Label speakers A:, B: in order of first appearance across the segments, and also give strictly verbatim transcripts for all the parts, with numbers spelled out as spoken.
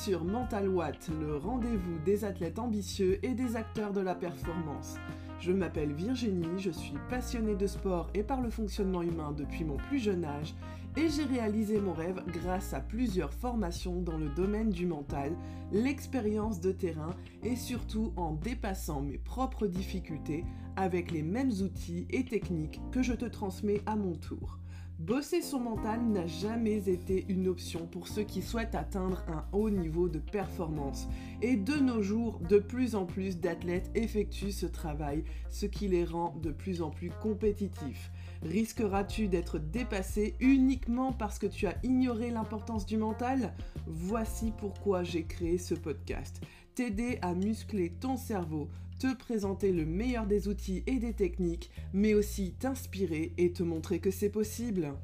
A: sur Mental Watt, le rendez-vous des athlètes ambitieux et des acteurs de la performance. Je m'appelle Virginie, je suis passionnée de sport et par le fonctionnement humain depuis mon plus jeune âge et j'ai réalisé mon rêve grâce à plusieurs formations dans le domaine du mental, l'expérience de terrain et surtout en dépassant mes propres difficultés avec les mêmes outils et techniques que je te transmets à mon tour. Bosser son mental n'a jamais été une option pour ceux qui souhaitent atteindre un haut niveau de performance. Et de nos jours, de plus en plus d'athlètes effectuent ce travail, ce qui les rend de plus en plus compétitifs. Risqueras-tu d'être dépassé uniquement parce que tu as ignoré l'importance du mental ? Voici pourquoi j'ai créé ce podcast. T'aider à muscler ton cerveau, te présenter le meilleur des outils et des techniques, mais aussi t'inspirer et te montrer que c'est possible.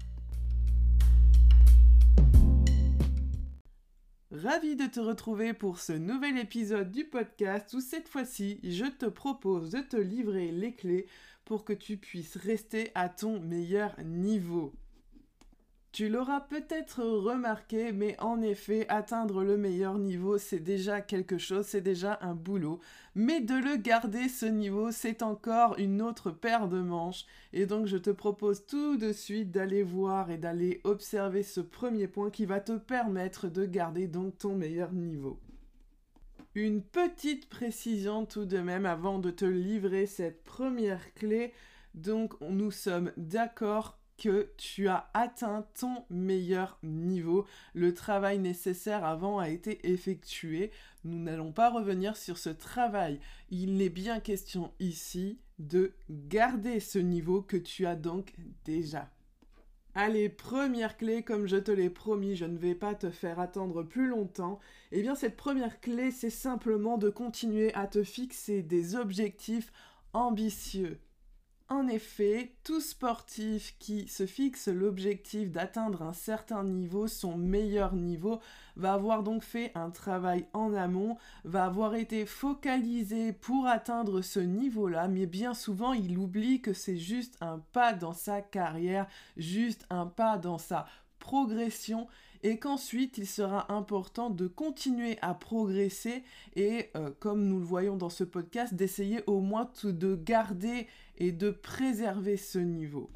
A: Ravi de te retrouver pour ce nouvel épisode du podcast où cette fois-ci, je te propose de te livrer les clés pour que tu puisses rester à ton meilleur niveau. Tu l'auras peut-être remarqué, mais en effet, atteindre le meilleur niveau, c'est déjà quelque chose, c'est déjà un boulot. Mais de le garder, ce niveau, c'est encore une autre paire de manches. Et donc, je te propose tout de suite d'aller voir et d'aller observer ce premier point qui va te permettre de garder donc ton meilleur niveau. Une petite précision tout de même avant de te livrer cette première clé. Donc, nous sommes d'accord que tu as atteint ton meilleur niveau. Le travail nécessaire avant a été effectué. Nous n'allons pas revenir sur ce travail. Il est bien question ici de garder ce niveau que tu as donc déjà. Allez, première clé, comme je te l'ai promis, je ne vais pas te faire attendre plus longtemps. Eh bien, cette première clé, c'est simplement de continuer à te fixer des objectifs ambitieux. En effet, tout sportif qui se fixe l'objectif d'atteindre un certain niveau, son meilleur niveau, va avoir donc fait un travail en amont, va avoir été focalisé pour atteindre ce niveau-là, mais bien souvent il oublie que c'est juste un pas dans sa carrière, juste un pas dans sa progression, et qu'ensuite il sera important de continuer à progresser et, euh, comme nous le voyons dans ce podcast, d'essayer au moins de garder et de préserver ce niveau.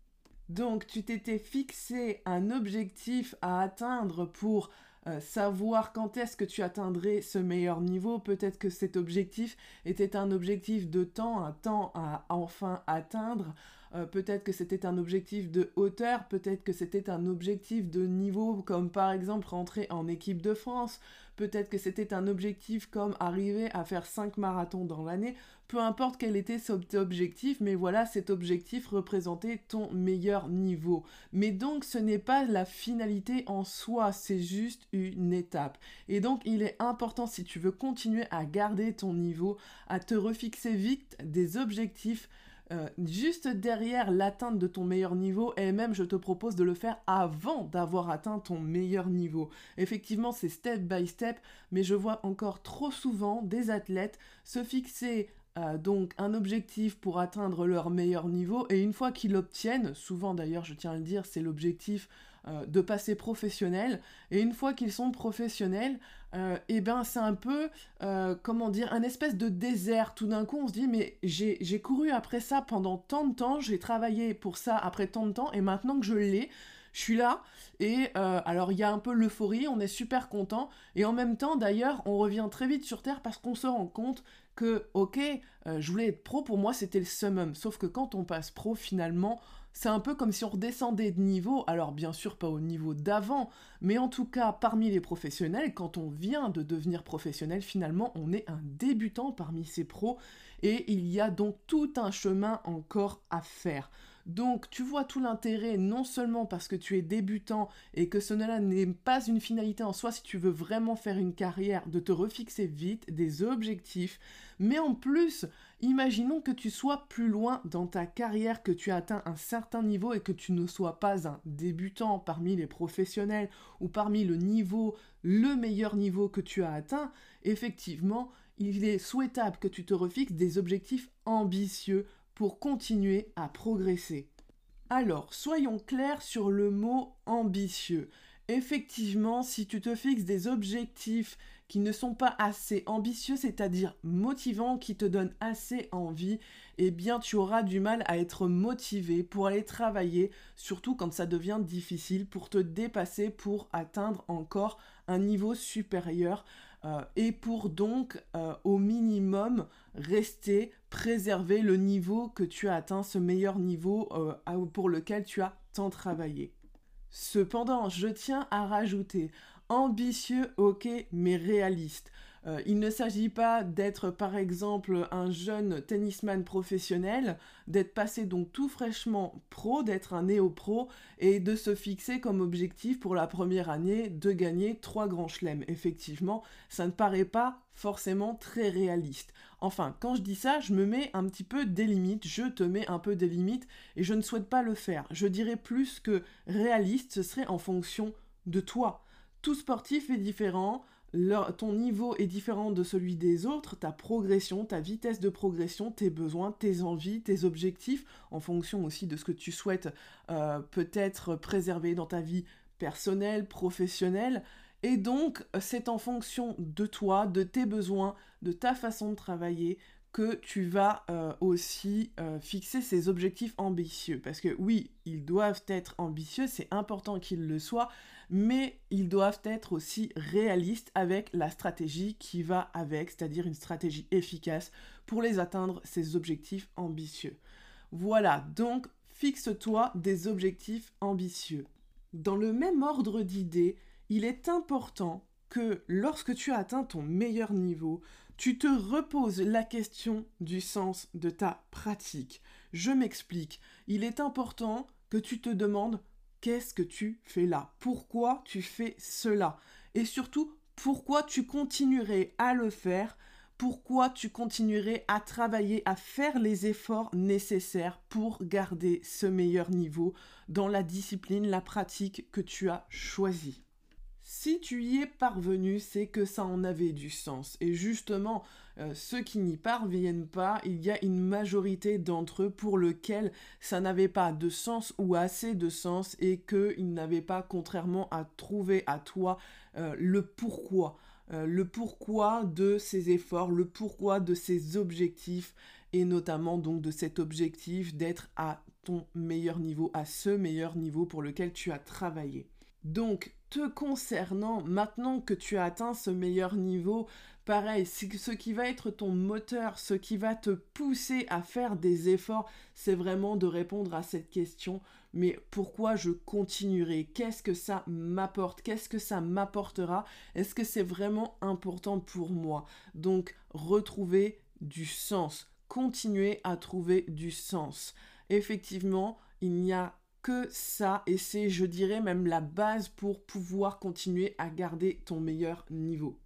A: Donc, tu t'étais fixé un objectif à atteindre pour euh, savoir quand est-ce que tu atteindrais ce meilleur niveau. Peut-être que cet objectif était un objectif de temps, un temps à enfin atteindre. Euh, peut-être que c'était un objectif de hauteur, peut-être que c'était un objectif de niveau, comme par exemple rentrer en équipe de France. Peut-être que c'était un objectif comme arriver à faire cinq marathons dans l'année. Peu importe quel était cet objectif, mais voilà, cet objectif représentait ton meilleur niveau. Mais donc, ce n'est pas la finalité en soi, c'est juste une étape. Et donc, il est important, si tu veux continuer à garder ton niveau, à te refixer vite des objectifs Euh, juste derrière l'atteinte de ton meilleur niveau, et même je te propose de le faire avant d'avoir atteint ton meilleur niveau. Effectivement, c'est step by step, mais je vois encore trop souvent des athlètes se fixer euh, donc un objectif pour atteindre leur meilleur niveau, et une fois qu'ils l'obtiennent, souvent d'ailleurs je tiens à le dire, c'est l'objectif euh, de passer professionnel, et une fois qu'ils sont professionnels, euh, et ben c'est un peu, euh, comment dire, un espèce de désert. Tout d'un coup on se dit mais j'ai, j'ai couru après ça pendant tant de temps, j'ai travaillé pour ça après tant de temps, et maintenant que je l'ai, je suis là, et euh, alors il y a un peu l'euphorie, on est super content, et en même temps d'ailleurs on revient très vite sur terre parce qu'on se rend compte que ok, euh, je voulais être pro, pour moi c'était le summum, sauf que quand on passe pro finalement, c'est un peu comme si on redescendait de niveau, alors bien sûr pas au niveau d'avant, mais en tout cas parmi les professionnels, quand on vient de devenir professionnel, finalement on est un débutant parmi ces pros, et il y a donc tout un chemin encore à faire. Donc tu vois tout l'intérêt, non seulement parce que tu es débutant et que cela n'est pas une finalité en soi si tu veux vraiment faire une carrière, de te refixer vite des objectifs, mais en plus, imaginons que tu sois plus loin dans ta carrière, que tu as atteint un certain niveau et que tu ne sois pas un débutant parmi les professionnels ou parmi le niveau, le meilleur niveau que tu as atteint. Effectivement, il est souhaitable que tu te refixes des objectifs ambitieux pour continuer à progresser. Alors, soyons clairs sur le mot ambitieux. Effectivement, si tu te fixes des objectifs qui ne sont pas assez ambitieux, c'est-à-dire motivants, qui te donnent assez envie, eh bien tu auras du mal à être motivé pour aller travailler, surtout quand ça devient difficile, pour te dépasser, pour atteindre encore un niveau supérieur euh, et pour donc euh, au minimum rester, préserver le niveau que tu as atteint, ce meilleur niveau euh, pour lequel tu as tant travaillé. Cependant, je tiens à rajouter, ambitieux, ok, mais réaliste. Euh, il ne s'agit pas d'être par exemple un jeune tennisman professionnel, d'être passé donc tout fraîchement pro, d'être un néo-pro et de se fixer comme objectif pour la première année de gagner trois grands chelems. Effectivement, ça ne paraît pas forcément très réaliste. Enfin, quand je dis ça, je me mets un petit peu des limites, je te mets un peu des limites et je ne souhaite pas le faire. Je dirais plus que réaliste, ce serait en fonction de toi. Tout sportif est différent, leur, ton niveau est différent de celui des autres, ta progression, ta vitesse de progression, tes besoins, tes envies, tes objectifs, en fonction aussi de ce que tu souhaites euh, peut-être préserver dans ta vie personnelle, professionnelle. Et donc, c'est en fonction de toi, de tes besoins, de ta façon de travailler, que tu vas euh, aussi euh, fixer ces objectifs ambitieux. Parce que oui, ils doivent être ambitieux, c'est important qu'ils le soient, mais ils doivent être aussi réalistes avec la stratégie qui va avec, c'est-à-dire une stratégie efficace pour les atteindre, ces objectifs ambitieux. Voilà, donc fixe-toi des objectifs ambitieux. Dans le même ordre d'idées, il est important que lorsque tu as atteint ton meilleur niveau, tu te reposes la question du sens de ta pratique. Je m'explique. Il est important que tu te demandes qu'est-ce que tu fais là ? Pourquoi tu fais cela ? Et surtout, pourquoi tu continuerais à le faire ? Pourquoi tu continuerais à travailler, à faire les efforts nécessaires pour garder ce meilleur niveau dans la discipline, la pratique que tu as choisie ? Si tu y es parvenu, c'est que ça en avait du sens. Et justement, euh, ceux qui n'y parviennent pas, il y a une majorité d'entre eux pour lesquels ça n'avait pas de sens ou assez de sens et qu'ils n'avaient pas, contrairement à trouver à toi, euh, le pourquoi. Euh, le pourquoi de ces efforts, le pourquoi de ces objectifs et notamment donc de cet objectif d'être à ton meilleur niveau, à ce meilleur niveau pour lequel tu as travaillé. Donc, te concernant, maintenant que tu as atteint ce meilleur niveau, pareil, ce qui va être ton moteur, ce qui va te pousser à faire des efforts, c'est vraiment de répondre à cette question, mais pourquoi je continuerai ? Qu'est-ce que ça m'apporte ? Qu'est-ce que ça m'apportera ? Est-ce que c'est vraiment important pour moi ? Donc, retrouver du sens, continuer à trouver du sens. Effectivement, il n'y a que ça, et c'est, je dirais, même la base pour pouvoir continuer à garder ton meilleur niveau.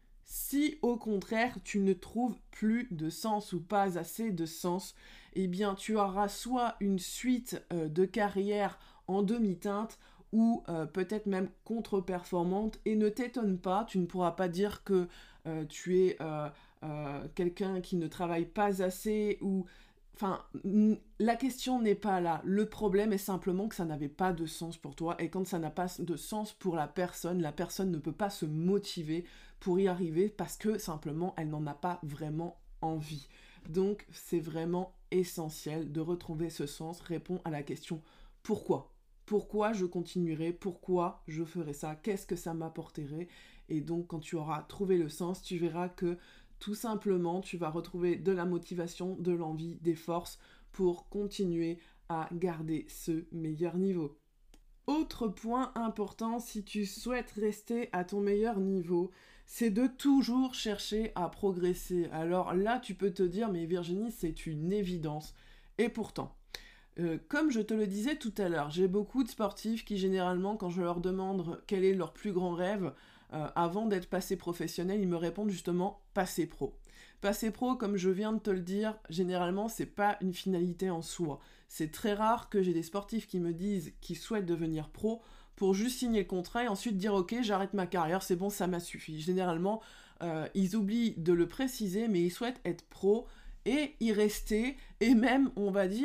A: Si, au contraire, tu ne trouves plus de sens ou pas assez de sens, eh bien, tu auras soit une suite euh, de carrière en demi-teinte, ou euh, peut-être même contre-performante, et ne t'étonne pas, tu ne pourras pas dire que euh, tu es euh, euh, quelqu'un qui ne travaille pas assez, ou... Enfin, la question n'est pas là. Le problème est simplement que ça n'avait pas de sens pour toi. Et quand ça n'a pas de sens pour la personne, la personne ne peut pas se motiver pour y arriver parce que simplement, elle n'en a pas vraiment envie. Donc, c'est vraiment essentiel de retrouver ce sens. Réponds à la question « Pourquoi ? Pourquoi je continuerai ? Pourquoi je ferai ça ? Qu'est-ce que ça m'apporterait ?» Et donc, quand tu auras trouvé le sens, tu verras que tout simplement, tu vas retrouver de la motivation, de l'envie, des forces pour continuer à garder ce meilleur niveau. Autre point important, si tu souhaites rester à ton meilleur niveau, c'est de toujours chercher à progresser. Alors là, tu peux te dire, mais Virginie, c'est une évidence. Et pourtant, euh, comme je te le disais tout à l'heure, j'ai beaucoup de sportifs qui généralement, quand je leur demande quel est leur plus grand rêve, Euh, avant d'être passé professionnel, ils me répondent justement passer pro. Passer pro, comme je viens de te le dire, généralement, c'est pas une finalité en soi. C'est très rare que j'ai des sportifs qui me disent qu'ils souhaitent devenir pro pour juste signer le contrat et ensuite dire ok, j'arrête ma carrière, c'est bon, ça m'a suffi. Généralement, euh, ils oublient de le préciser, mais ils souhaitent être pro et y rester, et même, on va dire,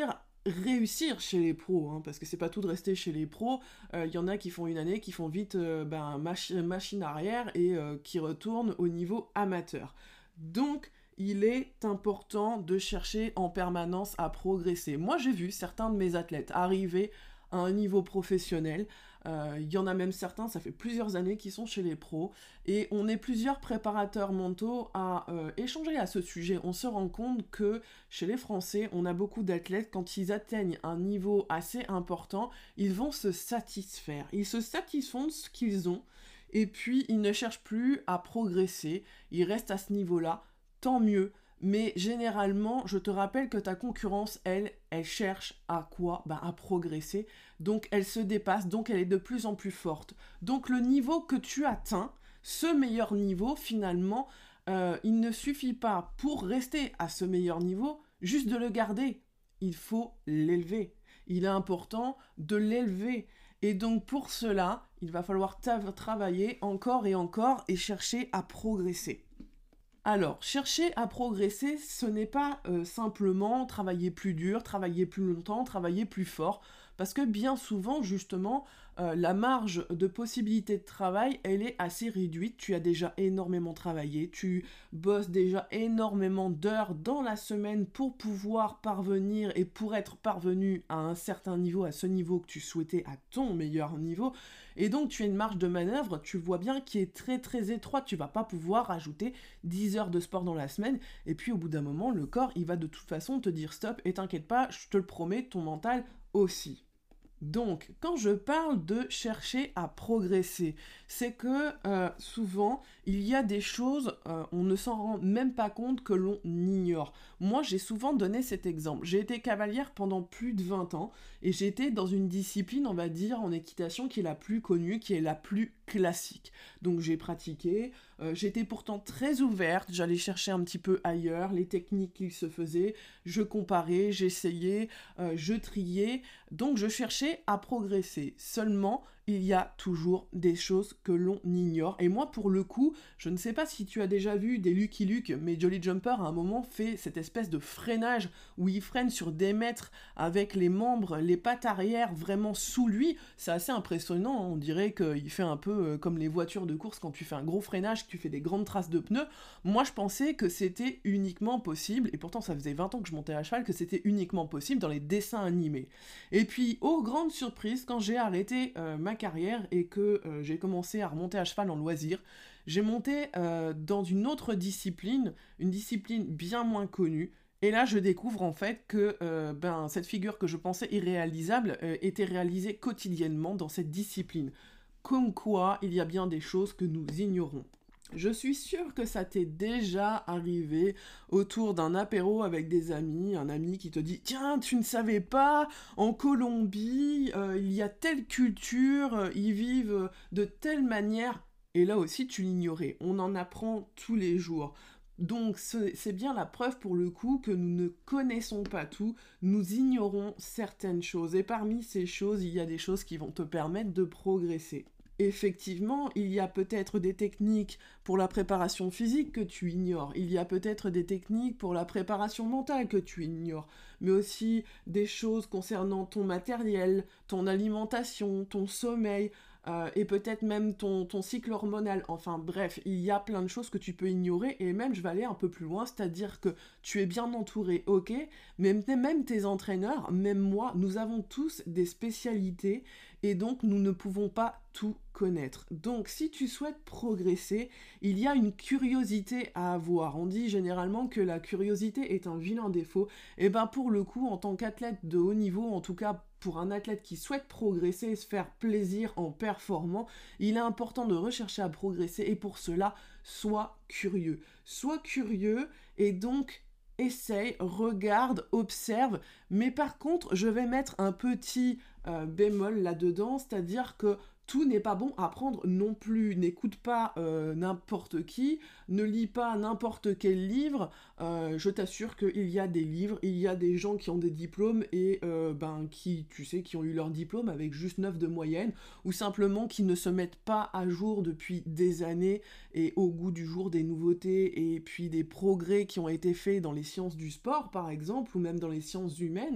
A: réussir chez les pros, hein, parce que c'est pas tout de rester chez les pros. Il euh, y en a qui font une année, qui font vite euh, ben, mach- machine arrière et euh, qui retournent au niveau amateur. Donc, il est important de chercher en permanence à progresser. Moi, j'ai vu certains de mes athlètes arriver à un niveau professionnel. Il euh, y en a même certains, ça fait plusieurs années qu'ils sont chez les pros. Et on est plusieurs préparateurs mentaux à euh, échanger à ce sujet. On se rend compte que chez les Français, on a beaucoup d'athlètes, quand ils atteignent un niveau assez important, ils vont se satisfaire. Ils se satisfont de ce qu'ils ont. Et puis, ils ne cherchent plus à progresser. Ils restent à ce niveau-là. Tant mieux. Mais généralement, je te rappelle que ta concurrence, elle, elle cherche à quoi ? Bah, à progresser. Donc, elle se dépasse, donc elle est de plus en plus forte. Donc, le niveau que tu atteins, ce meilleur niveau, finalement, euh, il ne suffit pas pour rester à ce meilleur niveau, juste de le garder. Il faut l'élever. Il est important de l'élever. Et donc, pour cela, il va falloir travailler encore et encore et chercher à progresser. Alors, chercher à progresser, ce n'est pas euh, simplement travailler plus dur, travailler plus longtemps, travailler plus fort, parce que bien souvent, justement, euh, la marge de possibilité de travail, elle est assez réduite. Tu as déjà énormément travaillé, tu bosses déjà énormément d'heures dans la semaine pour pouvoir parvenir et pour être parvenu à un certain niveau, à ce niveau que tu souhaitais, à ton meilleur niveau. Et donc, tu as une marge de manœuvre, tu vois bien, qui est très très étroite. Tu vas pas pouvoir ajouter dix heures de sport dans la semaine. Et puis, au bout d'un moment, le corps, il va de toute façon te dire stop. Et t'inquiète pas, je te le promets, ton mental aussi. Donc, quand je parle de chercher à progresser, c'est que euh, souvent, il y a des choses, euh, on ne s'en rend même pas compte que l'on ignore. Moi, j'ai souvent donné cet exemple. J'ai été cavalière pendant plus de vingt ans et j'ai été dans une discipline, on va dire, en équitation qui est la plus connue, qui est la plus classique. Donc, j'ai pratiqué, euh, j'étais pourtant très ouverte, j'allais chercher un petit peu ailleurs les techniques qui se faisaient, je comparais, j'essayais, euh, je triais, donc je cherchais à progresser. Seulement, il y a toujours des choses que l'on ignore. Et moi, pour le coup, je ne sais pas si tu as déjà vu des Lucky Luke, mais Jolly Jumper, à un moment, fait cette espèce de freinage où il freine sur des mètres avec les membres, les pattes arrière vraiment sous lui. C'est assez impressionnant. On dirait qu'il fait un peu comme les voitures de course quand tu fais un gros freinage, que tu fais des grandes traces de pneus. Moi, je pensais que c'était uniquement possible, et pourtant, ça faisait vingt ans que je montais à cheval, que c'était uniquement possible dans les dessins animés. Et puis, aux grandes surprises, quand j'ai arrêté euh, ma carrière et que euh, j'ai commencé à remonter à cheval en loisir, j'ai monté euh, dans une autre discipline, une discipline bien moins connue, et là je découvre en fait que euh, ben, cette figure que je pensais irréalisable euh, était réalisée quotidiennement dans cette discipline. Comme quoi, il y a bien des choses que nous ignorons. Je suis sûre que ça t'est déjà arrivé autour d'un apéro avec des amis, un ami qui te dit « Tiens, tu ne savais pas, en Colombie, euh, il y a telle culture, euh, ils vivent de telle manière. » Et là aussi, tu l'ignorais. On en apprend tous les jours. Donc, c'est bien la preuve pour le coup que nous ne connaissons pas tout, nous ignorons certaines choses. Et parmi ces choses, il y a des choses qui vont te permettre de progresser. Effectivement, il y a peut-être des techniques pour la préparation physique que tu ignores, il y a peut-être des techniques pour la préparation mentale que tu ignores, mais aussi des choses concernant ton matériel, ton alimentation, ton sommeil, euh, et peut-être même ton, ton cycle hormonal. Enfin bref, il y a plein de choses que tu peux ignorer, et même je vais aller un peu plus loin, c'est-à-dire que tu es bien entouré, ok, mais même tes entraîneurs, même moi, nous avons tous des spécialités, et donc nous ne pouvons pas tout connaître. Donc si tu souhaites progresser, il y a une curiosité à avoir. On dit généralement que la curiosité est un vilain défaut. Et ben pour le coup, en tant qu'athlète de haut niveau, en tout cas pour un athlète qui souhaite progresser et se faire plaisir en performant, il est important de rechercher à progresser, et pour cela, sois curieux. Sois curieux et donc essaye, regarde, observe, mais par contre, je vais mettre un petit euh, bémol là-dedans, c'est-à-dire que tout n'est pas bon à prendre non plus. N'écoute pas euh, n'importe qui, ne lis pas n'importe quel livre. Euh, je t'assure qu'il y a des livres, il y a des gens qui ont des diplômes et euh, ben, qui, tu sais, qui ont eu leur diplôme avec juste neuf de moyenne, ou simplement qui ne se mettent pas à jour depuis des années et au goût du jour des nouveautés et puis des progrès qui ont été faits dans les sciences du sport, par exemple, ou même dans les sciences humaines.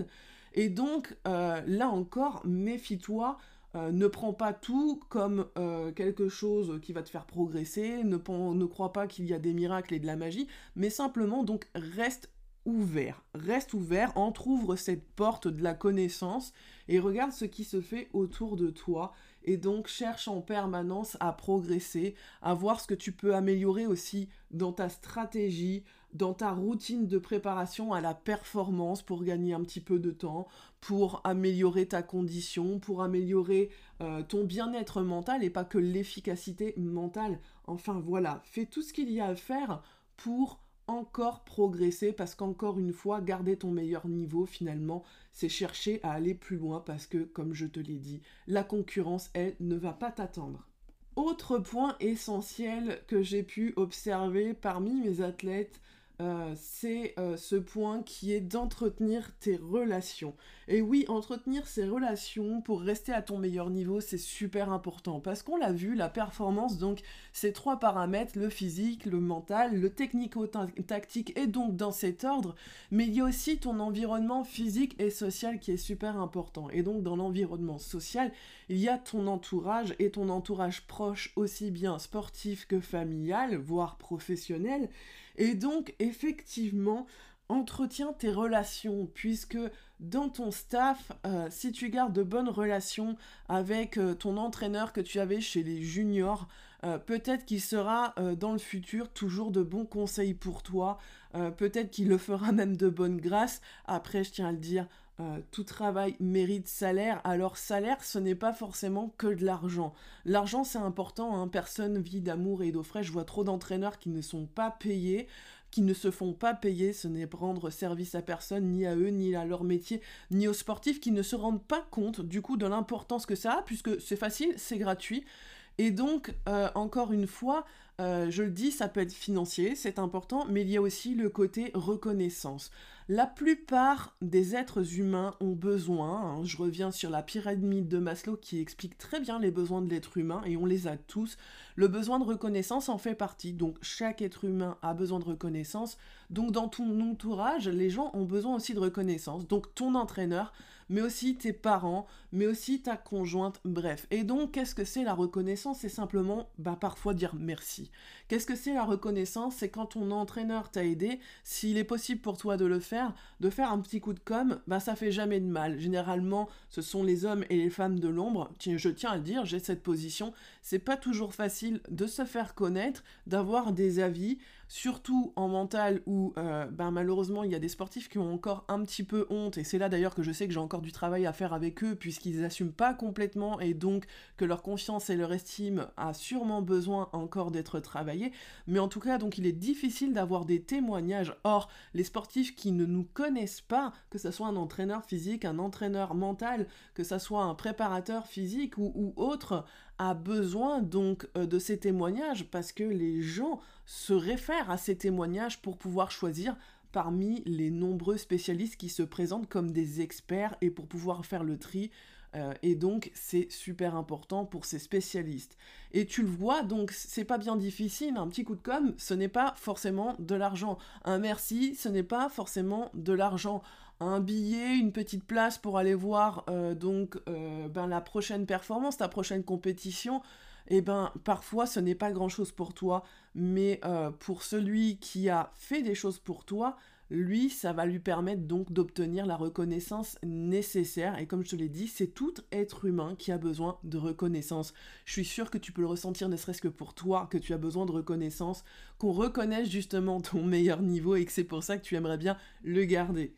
A: Et donc, euh, là encore, méfie-toi. Euh, ne prends pas tout comme euh, quelque chose qui va te faire progresser, ne, ne crois pas qu'il y a des miracles et de la magie, mais simplement donc reste ouvert, reste ouvert, entrouvre cette porte de la connaissance et regarde ce qui se fait autour de toi et donc cherche en permanence à progresser, à voir ce que tu peux améliorer aussi dans ta stratégie, dans ta routine de préparation à la performance pour gagner un petit peu de temps, pour améliorer ta condition, pour améliorer euh, ton bien-être mental et pas que l'efficacité mentale. Enfin voilà, fais tout ce qu'il y a à faire pour encore progresser parce qu'encore une fois, garder ton meilleur niveau finalement, c'est chercher à aller plus loin parce que, comme je te l'ai dit, la concurrence, elle, ne va pas t'attendre. Autre point essentiel que j'ai pu observer parmi mes athlètes, euh, c'est euh, ce point qui est d'entretenir tes relations. Et oui, entretenir ces relations pour rester à ton meilleur niveau, c'est super important. Parce qu'on l'a vu, la performance, donc, ces trois paramètres, le physique, le mental, le technico-tactique, est donc dans cet ordre. Mais il y a aussi ton environnement physique et social qui est super important. Et donc, dans l'environnement social, il y a ton entourage et ton entourage proche, aussi bien sportif que familial, voire professionnel. Et donc, effectivement, entretiens tes relations, puisque dans ton staff, euh, si tu gardes de bonnes relations avec euh, ton entraîneur que tu avais chez les juniors, euh, peut-être qu'il sera euh, dans le futur toujours de bons conseils pour toi, euh, peut-être qu'il le fera même de bonne grâce. Après, je tiens à le dire, Euh, tout travail mérite salaire. Alors salaire, ce n'est pas forcément que de l'argent. L'argent, c'est important, hein. Personne vit d'amour et d'eau fraîche. Je vois trop d'entraîneurs qui ne sont pas payés, qui ne se font pas payer. Ce n'est rendre service à personne, ni à eux, ni à leur métier, ni aux sportifs qui ne se rendent pas compte du coup de l'importance que ça a, puisque c'est facile, c'est gratuit. Et donc, euh, encore une fois, euh, je le dis, ça peut être financier, c'est important, mais il y a aussi le côté reconnaissance. La plupart des êtres humains ont besoin, hein, je reviens sur la pyramide de Maslow qui explique très bien les besoins de l'être humain, et on les a tous. Le besoin de reconnaissance en fait partie, donc chaque être humain a besoin de reconnaissance. Donc dans ton entourage, les gens ont besoin aussi de reconnaissance. Donc ton entraîneur, mais aussi tes parents, mais aussi ta conjointe, bref. Et donc, qu'est-ce que c'est la reconnaissance ? C'est simplement, bah, parfois dire merci. Qu'est-ce que c'est la reconnaissance ? C'est quand ton entraîneur t'a aidé, s'il est possible pour toi de le faire, de faire un petit coup de com', bah, ça fait jamais de mal. Généralement, ce sont les hommes et les femmes de l'ombre. Tiens, je tiens à le dire, j'ai cette position. C'est pas toujours facile de se faire connaître, d'avoir des avis, surtout en mental où euh, ben malheureusement il y a des sportifs qui ont encore un petit peu honte, et c'est là d'ailleurs que je sais que j'ai encore du travail à faire avec eux puisqu'ils n'assument pas complètement et donc que leur confiance et leur estime a sûrement besoin encore d'être travaillée, mais en tout cas donc il est difficile d'avoir des témoignages. Or les sportifs qui ne nous connaissent pas, que ce soit un entraîneur physique, un entraîneur mental, que ce soit un préparateur physique ou, ou autre, a besoin donc euh, de ces témoignages parce que les gens se réfèrent à ces témoignages pour pouvoir choisir parmi les nombreux spécialistes qui se présentent comme des experts et pour pouvoir faire le tri. Euh, et donc c'est super important pour ces spécialistes. Et tu le vois, donc c'est pas bien difficile, un petit coup de com', ce n'est pas forcément de l'argent. Un merci, ce n'est pas forcément de l'argent. Un billet, une petite place pour aller voir euh, donc euh, ben, la prochaine performance, ta prochaine compétition, et ben parfois ce n'est pas grand chose pour toi, mais euh, pour celui qui a fait des choses pour toi, lui ça va lui permettre donc d'obtenir la reconnaissance nécessaire. Et comme je te l'ai dit, c'est tout être humain qui a besoin de reconnaissance. Je suis sûre que tu peux le ressentir, ne serait-ce que pour toi, que tu as besoin de reconnaissance, qu'on reconnaisse justement ton meilleur niveau et que c'est pour ça que tu aimerais bien le garder.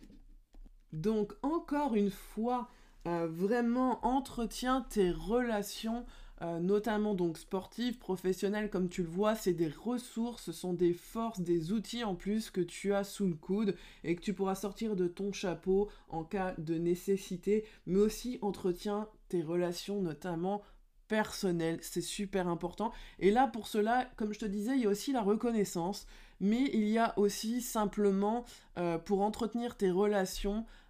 A: Donc encore une fois, euh, vraiment entretiens tes relations, euh, notamment donc sportives, professionnelles, comme tu le vois, c'est des ressources, ce sont des forces, des outils en plus que tu as sous le coude et que tu pourras sortir de ton chapeau en cas de nécessité, mais aussi entretiens tes relations notamment personnelles, c'est super important. Et là pour cela, comme je te disais, il y a aussi la reconnaissance, mais il y a aussi simplement euh, pour entretenir tes relations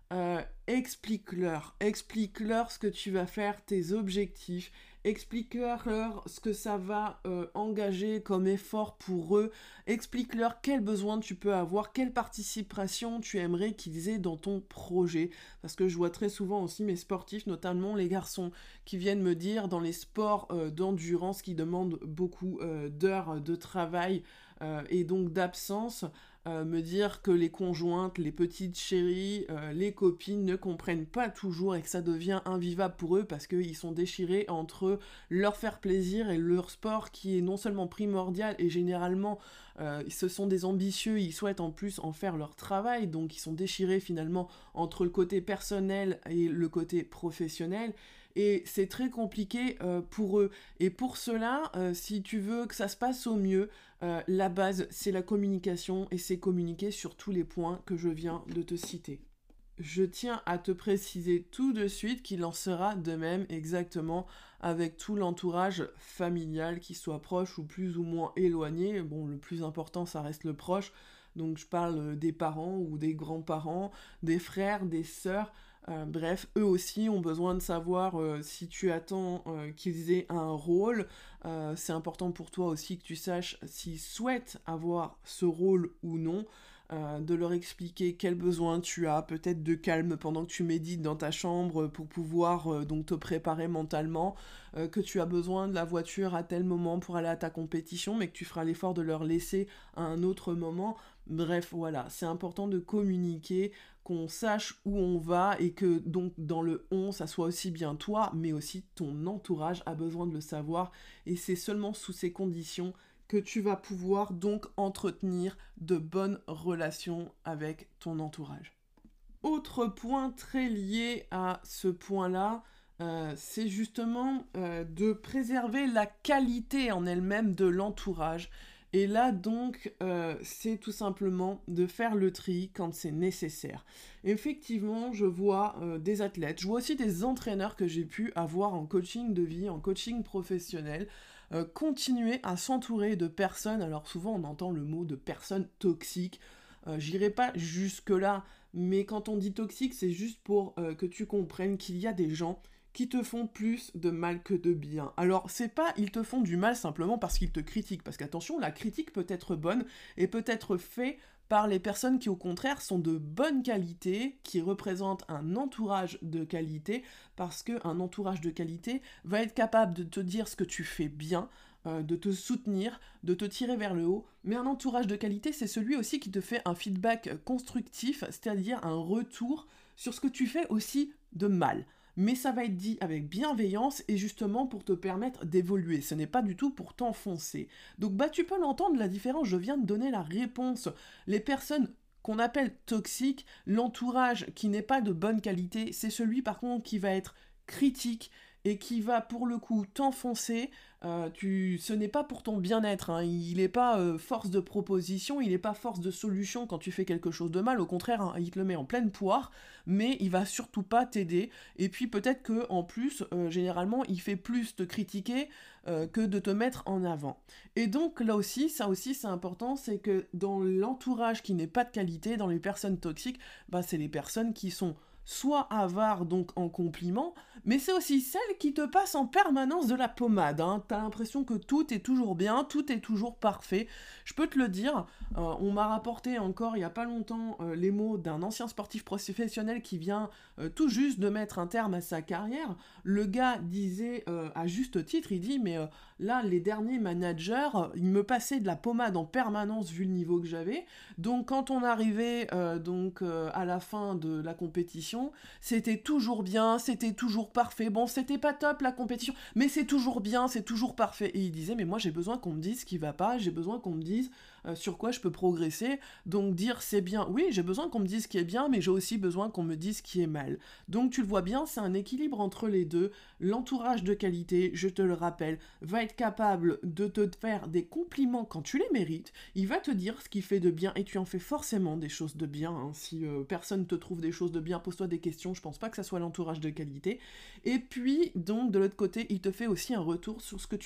A: euh, explique-leur, explique-leur ce que tu vas faire, tes objectifs, explique-leur ce que ça va euh, engager comme effort pour eux, explique-leur quels besoins tu peux avoir, quelle participation tu aimerais qu'ils aient dans ton projet. Parce que je vois très souvent aussi mes sportifs, notamment les garçons, qui viennent me dire dans les sports euh, d'endurance qui demandent beaucoup euh, d'heures de travail euh, et donc d'absence, Euh, me dire que les conjointes, les petites chéries, euh, les copines ne comprennent pas toujours et que ça devient invivable pour eux parce qu'ils sont déchirés entre leur faire plaisir et leur sport qui est non seulement primordial et généralement euh, ce sont des ambitieux, ils souhaitent en plus en faire leur travail, donc ils sont déchirés finalement entre le côté personnel et le côté professionnel. Et c'est très compliqué euh, pour eux. Et pour cela, euh, si tu veux que ça se passe au mieux, euh, la base, c'est la communication et c'est communiquer sur tous les points que je viens de te citer. Je tiens à te préciser tout de suite qu'il en sera de même exactement avec tout l'entourage familial, qu'il soit proche ou plus ou moins éloigné. Bon, le plus important, ça reste le proche. Donc je parle des parents ou des grands-parents, des frères, des sœurs. Euh, bref, eux aussi ont besoin de savoir euh, si tu attends euh, qu'ils aient un rôle. Euh, c'est important pour toi aussi que tu saches s'ils souhaitent avoir ce rôle ou non. Euh, de leur expliquer quels besoins tu as, peut-être de calme pendant que tu médites dans ta chambre pour pouvoir euh, donc te préparer mentalement, euh, que tu as besoin de la voiture à tel moment pour aller à ta compétition, mais que tu feras l'effort de leur laisser à un autre moment. Bref, voilà, c'est important de communiquer, qu'on sache où on va et que donc dans le on, ça soit aussi bien toi, mais aussi ton entourage a besoin de le savoir et c'est seulement sous ces conditions que tu vas pouvoir donc entretenir de bonnes relations avec ton entourage. Autre point très lié à ce point-là, euh, c'est justement euh, de préserver la qualité en elle-même de l'entourage. Et là donc, euh, c'est tout simplement de faire le tri quand c'est nécessaire. Effectivement, je vois euh, des athlètes, je vois aussi des entraîneurs que j'ai pu avoir en coaching de vie, en coaching professionnel, euh, continuer à s'entourer de personnes, alors souvent on entend le mot de personnes toxiques, euh, j'irai pas jusque-là, mais quand on dit toxique, c'est juste pour euh, que tu comprennes qu'il y a des gens qui te font plus de mal que de bien. Alors, c'est pas ils te font du mal simplement parce qu'ils te critiquent, parce qu'attention, la critique peut être bonne et peut être faite par les personnes qui au contraire sont de bonne qualité, qui représentent un entourage de qualité, parce qu'un entourage de qualité va être capable de te dire ce que tu fais bien, euh, de te soutenir, de te tirer vers le haut, mais un entourage de qualité, c'est celui aussi qui te fait un feedback constructif, c'est-à-dire un retour sur ce que tu fais aussi de mal. Mais ça va être dit avec bienveillance et justement pour te permettre d'évoluer. Ce n'est pas du tout pour t'enfoncer. Donc bah tu peux l'entendre la différence, je viens de donner la réponse. Les personnes qu'on appelle toxiques, l'entourage qui n'est pas de bonne qualité, c'est celui par contre qui va être critique et qui va pour le coup t'enfoncer. Euh, tu, ce n'est pas pour ton bien-être, hein. Il n'est pas euh, force de proposition, il n'est pas force de solution quand tu fais quelque chose de mal, au contraire, hein, il te le met en pleine poire, mais il va surtout pas t'aider, et puis peut-être que en plus, euh, généralement, il fait plus te critiquer euh, que de te mettre en avant. Et donc là aussi, ça aussi c'est important, c'est que dans l'entourage qui n'est pas de qualité, dans les personnes toxiques, bah, c'est les personnes qui sont soit avares donc en compliments, mais c'est aussi celles qui te passent en permanence de la pommade, hein. T'as l'impression que tout est toujours bien, tout est toujours parfait. Je peux te le dire, euh, on m'a rapporté encore il y a pas longtemps euh, les mots d'un ancien sportif professionnel qui vient euh, tout juste de mettre un terme à sa carrière. Le gars disait euh, à juste titre, il dit mais euh, là les derniers managers, ils me passaient de la pommade en permanence vu le niveau que j'avais. Donc quand on arrivait euh, donc euh, à la fin de la compétition, c'était toujours bien, c'était toujours parfait. Bon, c'était pas top la compétition, mais c'est toujours bien, c'est toujours parfait. Et il disait, mais moi j'ai besoin qu'on me dise ce qui va pas, j'ai besoin qu'on me dise euh, sur quoi je peux progresser. Donc dire c'est bien, oui, j'ai besoin qu'on me dise ce qui est bien, mais j'ai aussi besoin qu'on me dise ce qui est mal. Donc tu le vois bien, c'est un équilibre entre les deux. L'entourage de qualité, je te le rappelle, va être capable de te faire des compliments quand tu les mérites. Il va te dire ce qui fait de bien, et tu en fais forcément des choses de bien, hein. Si euh, personne te trouve des choses de bien, pose-toi des questions, je pense pas que ça soit l'entourage de qualité. Et puis, donc, de l'autre côté, il te fait aussi un retour sur ce que tu fais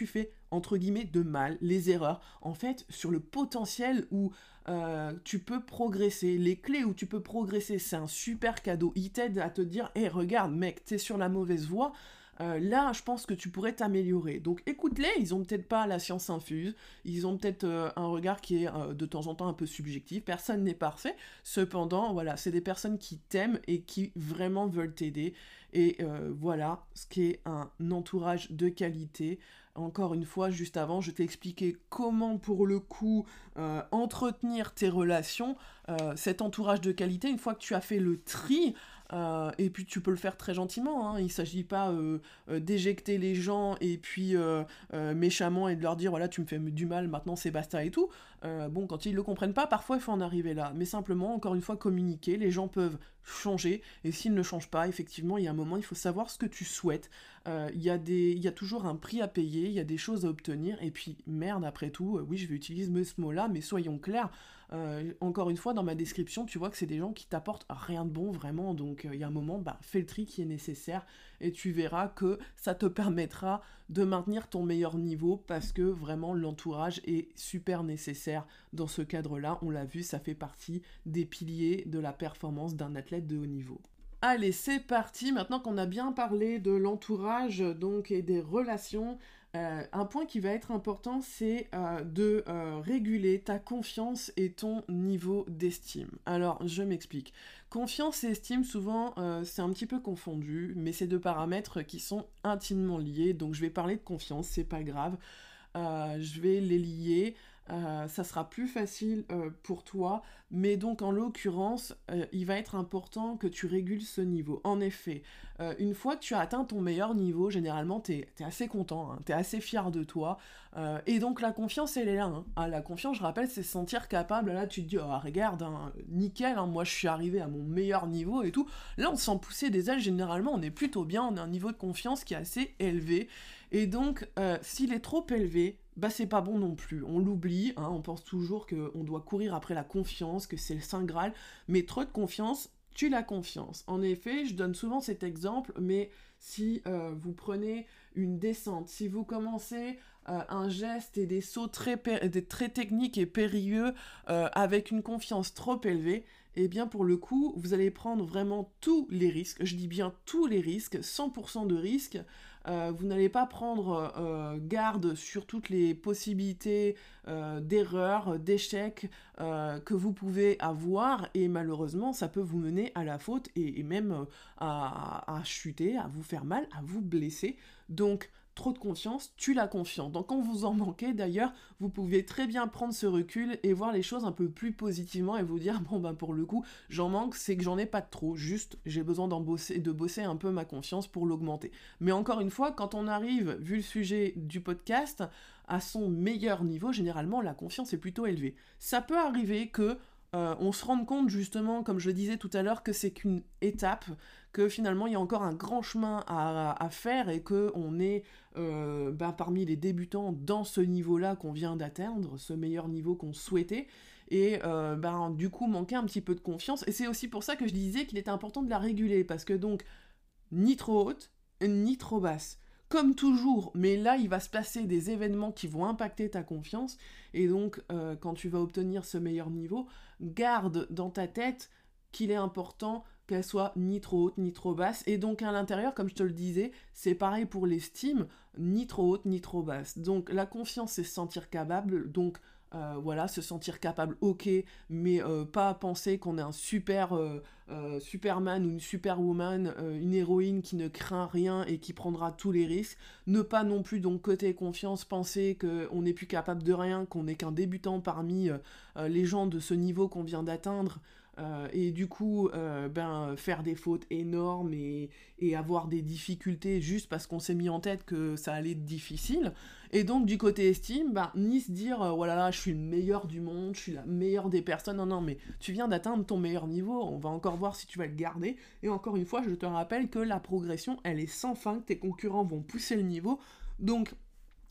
A: entre guillemets, de mal, les erreurs, en fait, sur le potentiel où euh, tu peux progresser, les clés où tu peux progresser, c'est un super cadeau. Ils t'aident à te dire, hé, hey, regarde, mec, t'es sur la mauvaise voie. Euh, là, je pense que tu pourrais t'améliorer. Donc, écoute-les, ils ont peut-être pas la science infuse, ils ont peut-être euh, un regard qui est euh, de temps en temps un peu subjectif, personne n'est parfait, cependant, voilà, c'est des personnes qui t'aiment et qui vraiment veulent t'aider, et euh, voilà ce qui est un entourage de qualité. Encore une fois, juste avant, je t'ai expliqué comment, pour le coup, euh, entretenir tes relations, euh, cet entourage de qualité, une fois que tu as fait le tri. Euh, et puis tu peux le faire très gentiment, hein. Il ne s'agit pas euh, euh, d'éjecter les gens et puis euh, euh, méchamment et de leur dire voilà tu me fais du mal, maintenant c'est basta et tout. Euh, bon, quand ils ne le comprennent pas, parfois il faut en arriver là. Mais simplement, encore une fois, communiquer, les gens peuvent changer, et s'ils ne changent pas, effectivement, il y a un moment, il faut savoir ce que tu souhaites. Euh, il y a des, il y a toujours un prix à payer, il y a des choses à obtenir, et puis merde, après tout, euh, oui, je vais utiliser ce mot-là, mais soyons clairs, euh, encore une fois, dans ma description, tu vois que c'est des gens qui t'apportent rien de bon, vraiment, donc euh, il y a un moment, bah, fais le tri qui est nécessaire, et tu verras que ça te permettra de maintenir ton meilleur niveau, parce que vraiment, l'entourage est super nécessaire dans ce cadre-là. On l'a vu, ça fait partie des piliers de la performance d'un athlète de haut niveau. Allez, c'est parti. Maintenant qu'on a bien parlé de l'entourage donc et des relations, euh, un point qui va être important, c'est euh, de euh, réguler ta confiance et ton niveau d'estime. Alors, je m'explique. Confiance et estime, souvent, euh, c'est un petit peu confondu, mais c'est deux paramètres qui sont intimement liés. Donc, je vais parler de confiance, c'est pas grave. Euh, je vais les lier. Euh, ça sera plus facile euh, pour toi, mais donc en l'occurrence, euh, il va être important que tu régules ce niveau. En effet, euh, une fois que tu as atteint ton meilleur niveau, généralement, t'es, t'es assez content, hein, t'es assez fier de toi, euh, et donc la confiance, elle est là. Hein. Ah, la confiance, je rappelle, c'est se sentir capable, là tu te dis, oh, regarde, hein, nickel, hein, moi je suis arrivé à mon meilleur niveau et tout. Là, on sent pousser des ailes, généralement, on est plutôt bien, on a un niveau de confiance qui est assez élevé, et donc, euh, s'il est trop élevé, bah c'est pas bon non plus, on l'oublie, hein, on pense toujours qu'on doit courir après la confiance, que c'est le Saint Graal, mais trop de confiance tue la confiance. En effet, je donne souvent cet exemple, mais si euh, vous prenez une descente, si vous commencez euh, un geste et des sauts très, pér- des, très techniques et périlleux euh, avec une confiance trop élevée, eh bien pour le coup, vous allez prendre vraiment tous les risques, je dis bien tous les risques, cent pour cent de risques. Euh, vous n'allez pas prendre euh, garde sur toutes les possibilités euh, d'erreurs, d'échecs euh, que vous pouvez avoir, et malheureusement ça peut vous mener à la faute et, et même euh, à, à chuter, à vous faire mal, à vous blesser. Donc trop de confiance tue la confiance. Donc quand vous en manquez d'ailleurs, vous pouvez très bien prendre ce recul et voir les choses un peu plus positivement et vous dire bon ben pour le coup j'en manque, c'est que j'en ai pas de trop, juste j'ai besoin d'en bosser, de bosser un peu ma confiance pour l'augmenter. Mais encore une fois, quand on arrive, vu le sujet du podcast, à son meilleur niveau, généralement la confiance est plutôt élevée. Ça peut arriver que euh, on se rende compte justement, comme je le disais tout à l'heure, que c'est qu'une étape, que finalement il y a encore un grand chemin à, à faire et qu'on est euh, bah, parmi les débutants dans ce niveau-là qu'on vient d'atteindre, ce meilleur niveau qu'on souhaitait, et euh, bah, du coup manquer un petit peu de confiance. Et c'est aussi pour ça que je disais qu'il était important de la réguler, parce que donc, ni trop haute, ni trop basse. Comme toujours, mais là, il va se passer des événements qui vont impacter ta confiance, et donc, euh, quand tu vas obtenir ce meilleur niveau, garde dans ta tête qu'il est important qu'elle soit ni trop haute, ni trop basse, et donc à l'intérieur, comme je te le disais, c'est pareil pour l'estime, ni trop haute, ni trop basse. Donc la confiance, c'est se sentir capable, donc euh, voilà, se sentir capable, ok, mais euh, pas penser qu'on est un super euh, euh, Superman ou une Superwoman, euh, une héroïne qui ne craint rien et qui prendra tous les risques. Ne pas non plus, donc côté confiance, penser qu'on n'est plus capable de rien, qu'on n'est qu'un débutant parmi euh, euh, les gens de ce niveau qu'on vient d'atteindre, euh, et du coup euh, ben, faire des fautes énormes et, et avoir des difficultés juste parce qu'on s'est mis en tête que ça allait être difficile. Et donc du côté estime, ben, ni se dire euh, voilà, là, je suis le meilleur du monde, je suis la meilleure des personnes, non non, mais tu viens d'atteindre ton meilleur niveau, on va encore voir si tu vas le garder, et encore une fois je te rappelle que la progression elle est sans fin, que tes concurrents vont pousser le niveau, donc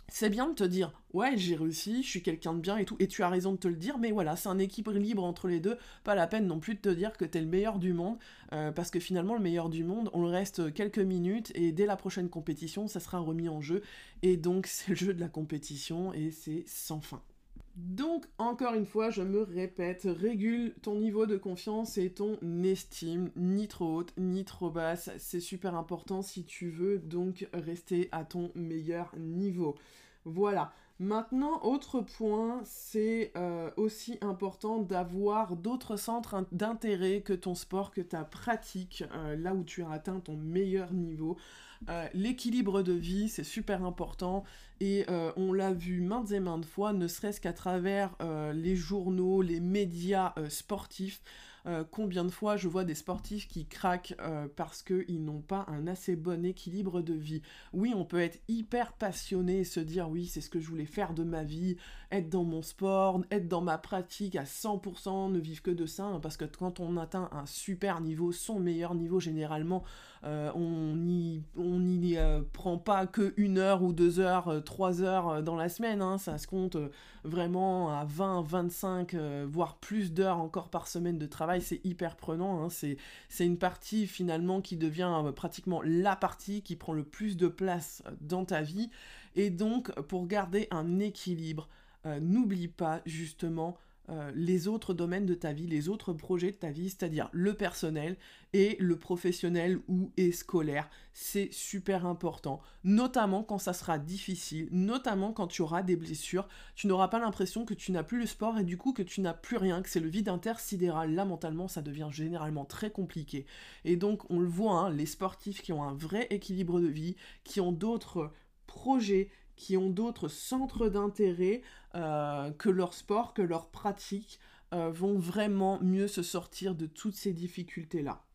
A: c'est bien de te dire « Ouais, j'ai réussi, je suis quelqu'un de bien et tout », et tu as raison de te le dire, mais voilà, c'est un équilibre entre les deux, pas la peine non plus de te dire que t'es le meilleur du monde, euh, parce que finalement, le meilleur du monde, on le reste quelques minutes, et dès la prochaine compétition, ça sera remis en jeu, et donc c'est le jeu de la compétition, et c'est sans fin. Donc, encore une fois, je me répète, régule ton niveau de confiance et ton estime, ni trop haute, ni trop basse. C'est super important si tu veux donc rester à ton meilleur niveau. Voilà. Maintenant, autre point, c'est euh, aussi important d'avoir d'autres centres d'intérêt que ton sport, que ta pratique, euh, là où tu as atteint ton meilleur niveau. Euh, l'équilibre de vie, c'est super important et euh, on l'a vu maintes et maintes fois, ne serait-ce qu'à travers euh, les journaux, les médias euh, sportifs. Euh, combien de fois je vois des sportifs qui craquent euh, parce qu'ils n'ont pas un assez bon équilibre de vie. Oui, on peut être hyper passionné et se dire oui, c'est ce que je voulais faire de ma vie, être dans mon sport, être dans ma pratique à cent pour cent, ne vivre que de ça, hein, parce que quand on atteint un super niveau, son meilleur niveau généralement, euh, on n'y on n'y euh, prend pas que une heure ou deux heures, euh, trois heures euh, dans la semaine, hein, ça se compte euh, vraiment à vingt, vingt-cinq, euh, voire plus d'heures encore par semaine de travail, c'est hyper prenant, hein, c'est, c'est une partie finalement qui devient euh, pratiquement la partie qui prend le plus de place dans ta vie, et donc pour garder un équilibre, euh, n'oublie pas justement euh, les autres domaines de ta vie, les autres projets de ta vie, c'est-à-dire le personnel et le professionnel ou et scolaire. C'est super important, notamment quand ça sera difficile, notamment quand tu auras des blessures. Tu n'auras pas l'impression que tu n'as plus le sport et du coup que tu n'as plus rien, que c'est le vide intersidéral. Là, mentalement, ça devient généralement très compliqué. Et donc, on le voit, hein, les sportifs qui ont un vrai équilibre de vie, qui ont d'autres projets, qui ont d'autres centres d'intérêt euh, que leur sport, que leur pratique, euh, vont vraiment mieux se sortir de toutes ces difficultés-là.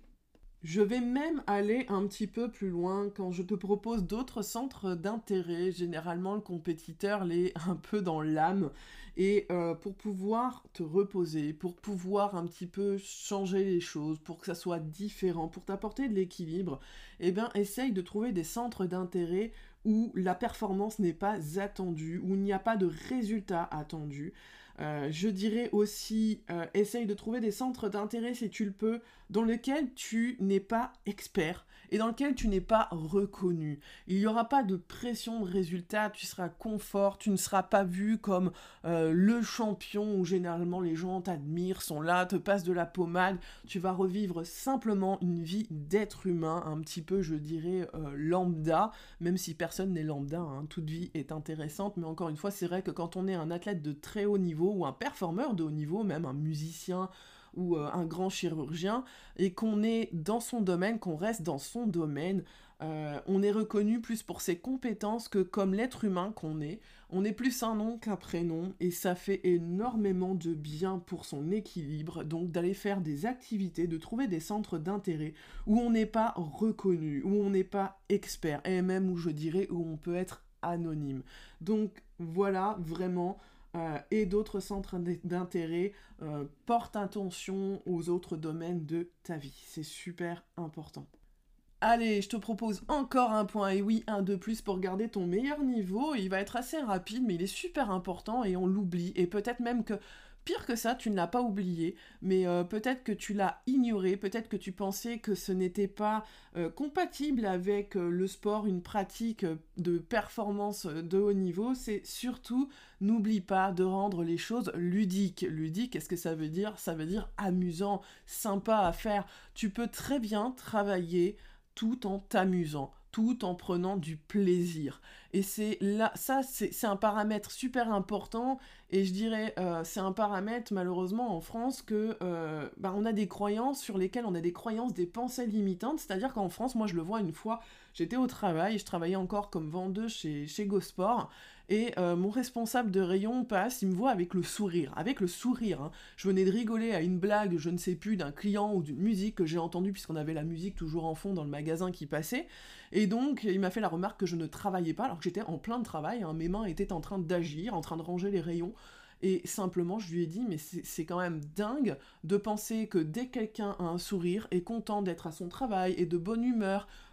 A: Je vais même aller un petit peu plus loin quand je te propose d'autres centres d'intérêt. Généralement, le compétiteur l'est un peu dans l'âme. Et euh, pour pouvoir te reposer, pour pouvoir un petit peu changer les choses, pour que ça soit différent, pour t'apporter de l'équilibre, eh bien, essaye de trouver des centres d'intérêt où la performance n'est pas attendue, où il n'y a pas de résultat attendu. Euh, je dirais aussi, euh, essaye de trouver des centres d'intérêt si tu le peux, dans lesquels tu n'es pas expert et dans lesquels tu n'es pas reconnu. Il n'y aura pas de pression de résultat, tu seras confort, tu ne seras pas vu comme euh, le champion où généralement les gens t'admirent, sont là, te passent de la pommade. Tu vas revivre simplement une vie d'être humain, un petit peu, je dirais, euh, lambda, même si personne n'est lambda, hein, toute vie est intéressante, mais encore une fois, c'est vrai que quand on est un athlète de très haut niveau, ou un performeur de haut niveau, même un musicien, ou euh, un grand chirurgien, et qu'on est dans son domaine, qu'on reste dans son domaine, euh, on est reconnu plus pour ses compétences que comme l'être humain qu'on est. On est plus un nom qu'un prénom, et ça fait énormément de bien pour son équilibre, donc d'aller faire des activités, de trouver des centres d'intérêt où on n'est pas reconnu, où on n'est pas expert, et même où je dirais où on peut être anonyme. Donc voilà, vraiment... Euh, et d'autres centres d'intérêt, euh, porte attention aux autres domaines de ta vie. C'est super important. Allez, je te propose encore un point, et oui, un de plus pour garder ton meilleur niveau. Il va être assez rapide, mais il est super important et on l'oublie. Et peut-être même que, pire que ça, tu ne l'as pas oublié, mais euh, peut-être que tu l'as ignoré, peut-être que tu pensais que ce n'était pas euh, compatible avec euh, le sport, une pratique euh, de performance de haut niveau. C'est surtout, n'oublie pas de rendre les choses ludiques. Ludique, qu'est-ce que ça veut dire? Ça veut dire amusant, sympa à faire. Tu peux très bien travailler tout en t'amusant, tout en prenant du plaisir. Et c'est là, ça, c'est, c'est un paramètre super important, et je dirais, euh, c'est un paramètre, malheureusement, en France, que euh, bah, on a des croyances sur lesquelles on a des croyances, des pensées limitantes, c'est-à-dire qu'en France, moi, je le vois une fois, j'étais au travail, je travaillais encore comme vendeuse chez, chez GoSport, et euh, mon responsable de rayon passe, il me voit avec le sourire, avec le sourire, hein. Je venais de rigoler à une blague, je ne sais plus, d'un client ou d'une musique que j'ai entendue, puisqu'on avait la musique toujours en fond dans le magasin qui passait, et donc il m'a fait la remarque que je ne travaillais pas, alors que j'étais en plein de travail, hein. Mes mains étaient en train d'agir, en train de ranger les rayons, et simplement je lui ai dit, mais c'est, c'est quand même dingue de penser que dès que quelqu'un a un sourire, est content d'être à son travail, et de bonne humeur,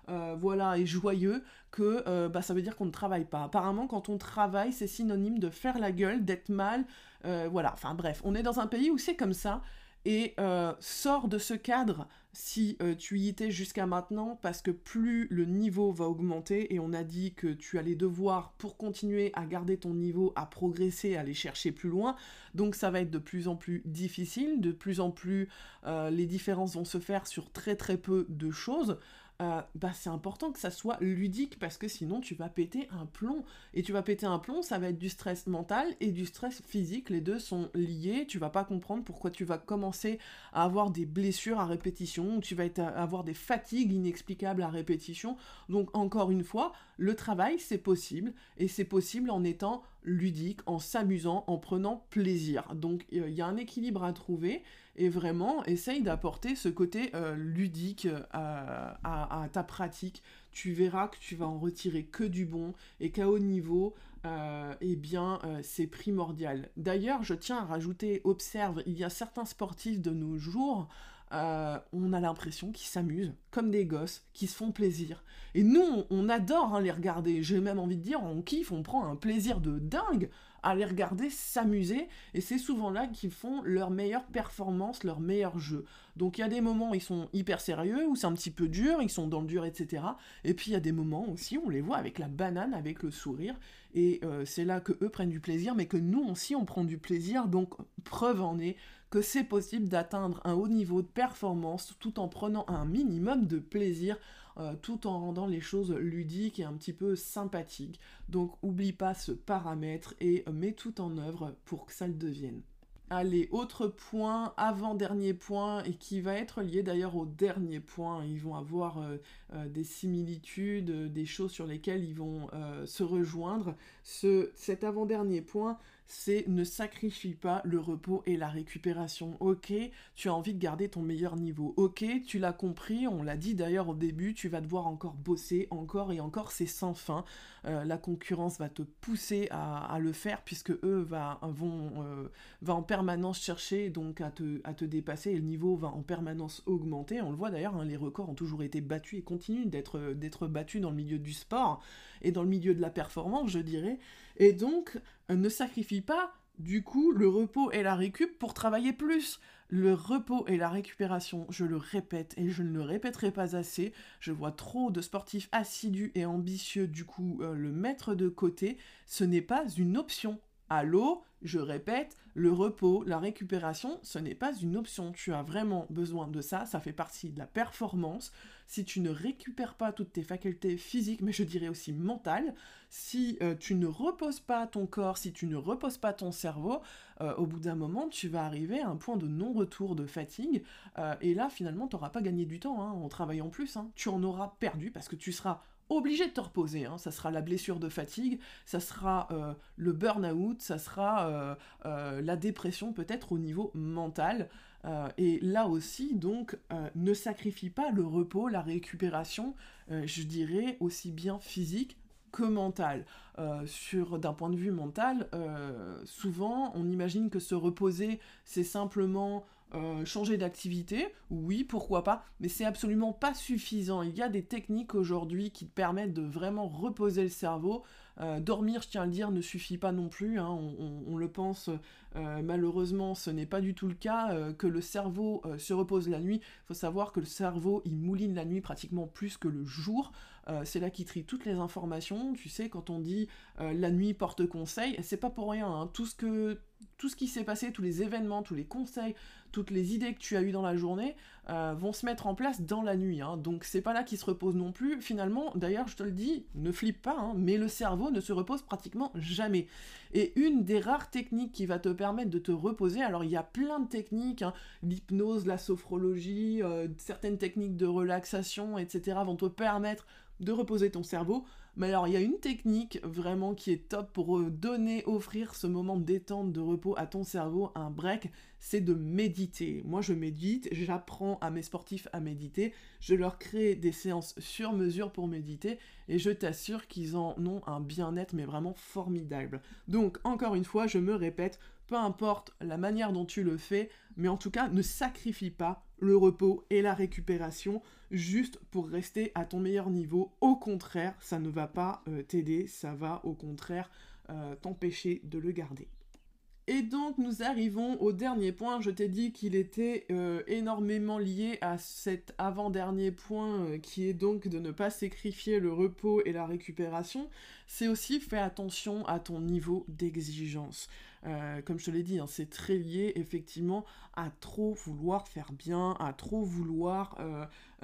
A: euh, voilà, et joyeux, que euh, bah, ça veut dire qu'on ne travaille pas. Apparemment, quand on travaille, c'est synonyme de faire la gueule, d'être mal, euh, voilà. Enfin bref, on est dans un pays où c'est comme ça, et euh, sors de ce cadre si euh, tu y étais jusqu'à maintenant, parce que plus le niveau va augmenter, et on a dit que tu allais devoir, pour continuer à garder ton niveau, à progresser, à aller chercher plus loin, donc ça va être de plus en plus difficile, de plus en plus euh, les différences vont se faire sur très très peu de choses. Euh, bah c'est important que ça soit ludique, parce que sinon tu vas péter un plomb, et tu vas péter un plomb, ça va être du stress mental et du stress physique, les deux sont liés, tu vas pas comprendre pourquoi tu vas commencer à avoir des blessures à répétition, ou tu vas être, avoir des fatigues inexplicables à répétition. Donc encore une fois, le travail c'est possible, et c'est possible en étant ludique, en s'amusant, en prenant plaisir. Donc il euh, y a un équilibre à trouver, et vraiment, essaye d'apporter ce côté euh, ludique euh, à, à ta pratique. Tu verras que tu vas en retirer que du bon, et qu'à haut niveau, euh, eh bien, euh, c'est primordial. D'ailleurs, je tiens à rajouter, observe, il y a certains sportifs de nos jours, euh, on a l'impression qu'ils s'amusent, comme des gosses, qui se font plaisir. Et nous, on, on adore hein, les regarder, j'ai même envie de dire, on kiffe, on prend un plaisir de dingue à les regarder s'amuser, et c'est souvent là qu'ils font leur meilleure performance, leur meilleur jeu. Donc il y a des moments où ils sont hyper sérieux, où c'est un petit peu dur, ils sont dans le dur, et cetera. Et puis il y a des moments aussi où on les voit avec la banane, avec le sourire, et euh, c'est là que eux prennent du plaisir, mais que nous aussi on prend du plaisir, donc preuve en est que c'est possible d'atteindre un haut niveau de performance tout en prenant un minimum de plaisir, euh, tout en rendant les choses ludiques et un petit peu sympathiques. Donc oublie pas ce paramètre et euh, mets tout en œuvre pour que ça le devienne. Allez, autre point, avant-dernier point, et qui va être lié d'ailleurs au dernier point. Ils vont avoir euh, euh, des similitudes, euh, des choses sur lesquelles ils vont euh, se rejoindre. Ce, cet avant-dernier point, c'est ne sacrifie pas le repos et la récupération. Ok, tu as envie de garder ton meilleur niveau. Ok, tu l'as compris, on l'a dit d'ailleurs au début, tu vas devoir encore bosser, encore et encore, c'est sans fin. Euh, la concurrence va te pousser à, à le faire, puisque eux va, vont, euh, va en permanence chercher donc à te, à te dépasser, et le niveau va en permanence augmenter. On le voit d'ailleurs, hein, les records ont toujours été battus et continuent d'être, d'être battus dans le milieu du sport et dans le milieu de la performance, je dirais. Et donc, euh, ne sacrifie pas, du coup, le repos et la récup pour travailler plus. Le repos et la récupération, je le répète et je ne le répéterai pas assez, je vois trop de sportifs assidus et ambitieux, du coup, euh, le mettre de côté, ce n'est pas une option. Allô, je répète, le repos, la récupération, ce n'est pas une option. Tu as vraiment besoin de ça, ça fait partie de la performance. Si tu ne récupères pas toutes tes facultés physiques, mais je dirais aussi mentales, si euh, tu ne reposes pas ton corps, si tu ne reposes pas ton cerveau, euh, au bout d'un moment, tu vas arriver à un point de non-retour de fatigue, euh, et là, finalement, tu n'auras pas gagné du temps hein, en travaillant plus. Hein. Tu en auras perdu parce que tu seras obligé de te reposer, hein. Ça sera la blessure de fatigue, ça sera euh, le burn-out, ça sera euh, euh, la dépression peut-être au niveau mental. Euh, et là aussi, donc, euh, ne sacrifie pas le repos, la récupération, euh, je dirais aussi bien physique que mental. Euh, sur, d'un point de vue mental, euh, souvent on imagine que se reposer, c'est simplement Euh, changer d'activité, oui, pourquoi pas, mais c'est absolument pas suffisant. Il y a des techniques aujourd'hui qui te permettent de vraiment reposer le cerveau. Euh, dormir, je tiens à le dire, ne suffit pas non plus, hein, on, on, on le pense, euh, malheureusement, ce n'est pas du tout le cas, euh, que le cerveau euh, se repose la nuit. Il faut savoir que le cerveau, il mouline la nuit pratiquement plus que le jour. Euh, c'est là qu'il trie toutes les informations. Tu sais, quand on dit euh, la nuit porte conseil, c'est pas pour rien, hein. Tout ce que tout ce qui s'est passé, tous les événements, tous les conseils, toutes les idées que tu as eues dans la journée euh, vont se mettre en place dans la nuit. Hein. Donc c'est pas là qu'il se repose non plus. Finalement, d'ailleurs, je te le dis, ne flippe pas, hein, mais le cerveau ne se repose pratiquement jamais. Et une des rares techniques qui va te permettre de te reposer, alors il y a plein de techniques, hein, l'hypnose, la sophrologie, euh, certaines techniques de relaxation, et cetera vont te permettre de reposer ton cerveau. Mais alors, il y a une technique vraiment qui est top pour donner, offrir ce moment de détente, de repos à ton cerveau, un break, c'est de méditer. Moi, je médite, j'apprends à mes sportifs à méditer, je leur crée des séances sur mesure pour méditer, et je t'assure qu'ils en ont un bien-être, mais vraiment formidable. Donc, encore une fois, je me répète, peu importe la manière dont tu le fais, mais en tout cas, ne sacrifie pas le repos et la récupération. juste pour rester à ton meilleur niveau. Au contraire, ça ne va pas euh, t'aider, ça va au contraire euh, t'empêcher de le garder. Et donc nous arrivons au dernier point. Je t'ai dit qu'il était euh, énormément lié à cet avant-dernier point euh, qui est donc de ne pas sacrifier le repos et la récupération. C'est aussi fais attention à ton niveau d'exigence. Euh, comme je te l'ai dit, hein, c'est très lié effectivement à trop vouloir faire bien, à trop vouloir euh,